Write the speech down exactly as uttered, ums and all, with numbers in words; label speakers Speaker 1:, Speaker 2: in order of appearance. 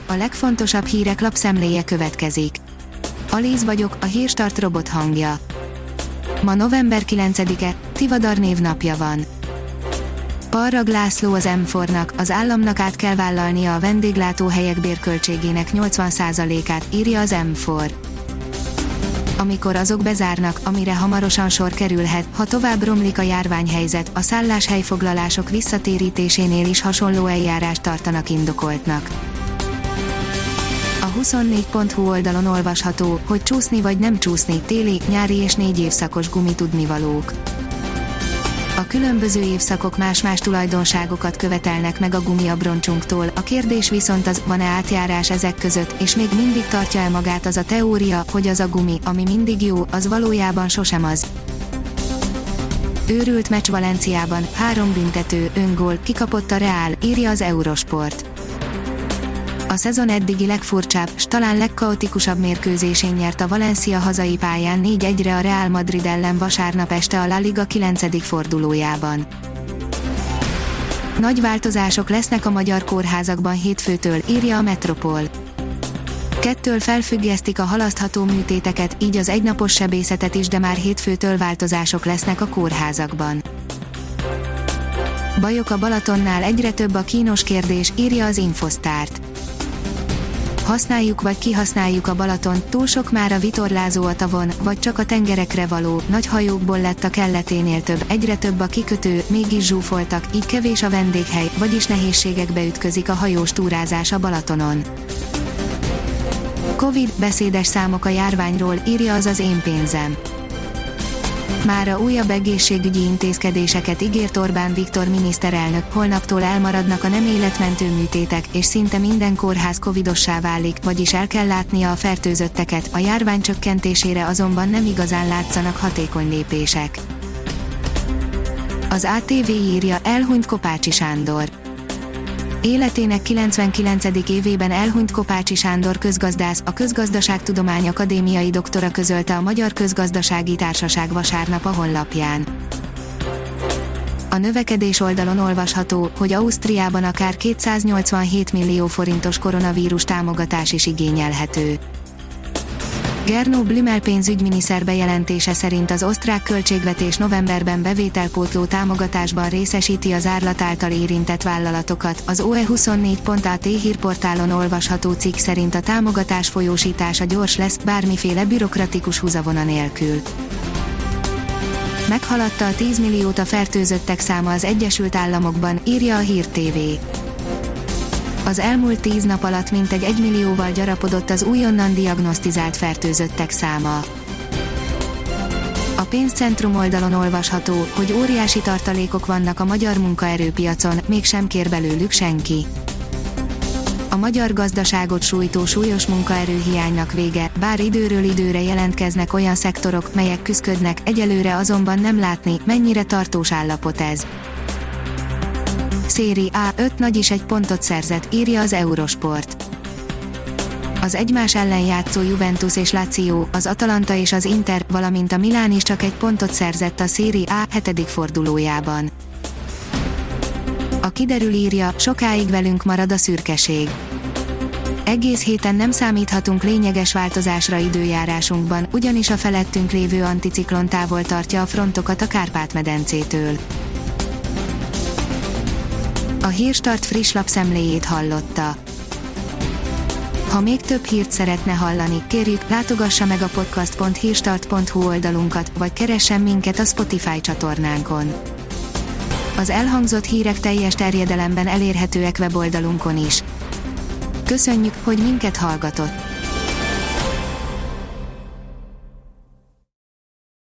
Speaker 1: a legfontosabb hírek lapszemléje következik. Alíz vagyok, a Hírstart robot hangja. Ma november kilencedike, Tivadar névnapja van. Parrag László az em négynek, az államnak át kell vállalnia a vendéglátóhelyek bérköltségének nyolcvan százalékát, írja az em négy. Amikor azok bezárnak, amire hamarosan sor kerülhet, ha tovább romlik a járványhelyzet, a szálláshelyfoglalások visszatérítésénél is hasonló eljárást tartanak indokoltnak. A huszonnégy pont hu oldalon olvasható, hogy csúszni vagy nem csúszni, téli, nyári és négy évszakos gumi tudnivalók. A különböző évszakok más-más tulajdonságokat követelnek meg a gumiabroncsunktól, a kérdés viszont az, van-e átjárás ezek között, és még mindig tartja-e magát az a teória, hogy az a gumi, ami mindig jó, az valójában sosem az. Őrült meccs Valenciában, három büntető, öngól, kikapott a Real, írja az Eurosport. A szezon eddigi legfurcsább, s talán legkaotikusabb mérkőzésén nyert a Valencia hazai pályán négy egyre a Real Madrid ellen vasárnap este a La Liga kilencedik fordulójában. Nagy változások lesznek a magyar kórházakban hétfőtől, írja a Metropol. Kettől felfüggesztik a halasztható műtéteket, így az egynapos sebészetet is, de már hétfőtől változások lesznek a kórházakban. Bajok a Balatonnál, egyre több a kínos kérdés, írja az Infosztárt. Használjuk vagy kihasználjuk a Balatont, túl sok már a vitorlázó a tavon, vagy csak a tengerekre való, nagy hajókból lett a kelleténél több, egyre több a kikötő, mégis zsúfoltak, így kevés a vendéghely, vagyis nehézségekbe ütközik a hajós túrázás a Balatonon. Covid, beszédes számok a járványról, írja az az Én pénzem. Mára újabb egészségügyi intézkedéseket ígért Orbán Viktor miniszterelnök, holnaptól elmaradnak a nem életmentő műtétek, és szinte minden kórház covidossá válik, vagyis el kell látnia a fertőzötteket, a járvány csökkentésére azonban nem igazán látszanak hatékony lépések. Az á té vé írja, elhunyt Kopácsi Sándor. Életének kilencvenkilencedik évében elhunyt Kopácsi Sándor közgazdász, a Közgazdaságtudomány Akadémiai doktora, közölte a Magyar Közgazdasági Társaság vasárnap a honlapján. A növekedés oldalon olvasható, hogy Ausztriában akár kétszáznyolcvanhét millió forintos koronavírus támogatás is igényelhető. Gernot Blümel pénzügyminiszter bejelentése szerint az osztrák költségvetés novemberben bevételpótló támogatásban részesíti az árlat által érintett vállalatokat. Az o e huszonnégy pont á té hírportálon olvasható cikk szerint a támogatás folyósítása gyors lesz, bármiféle bürokratikus húzavona nélkül. Meghaladta a tíz milliót a fertőzöttek száma az Egyesült Államokban, írja a Hír té vé. Az elmúlt tíz nap alatt mintegy egy millióval gyarapodott az újonnan diagnosztizált fertőzöttek száma. A pénzcentrum oldalon olvasható, hogy óriási tartalékok vannak a magyar munkaerőpiacon, mégsem kér belőlük senki. A magyar gazdaságot sújtó súlyos munkaerőhiánynak vége, bár időről időre jelentkeznek olyan szektorok, melyek küszködnek, egyelőre azonban nem látni, mennyire tartós állapot ez. Szérie A, öt nagy is egy pontot szerzett, írja az Eurosport. Az egymás ellen játszó Juventus és Lazio, az Atalanta és az Inter, valamint a Milán is csak egy pontot szerzett a Szérie A hetedik fordulójában. A Kiderül írja, sokáig velünk marad a szürkeség. Egész héten nem számíthatunk lényeges változásra időjárásunkban, ugyanis a felettünk lévő anticiklon távol tartja a frontokat a Kárpát-medencétől. A Hírstart friss lapszemléjét hallotta. Ha még több hírt szeretne hallani, kérjük, látogassa meg a podcast pont hírstart pont hu oldalunkat, vagy keressen minket a Spotify csatornánkon. Az elhangzott hírek teljes terjedelemben elérhetőek weboldalunkon is. Köszönjük, hogy minket hallgatott!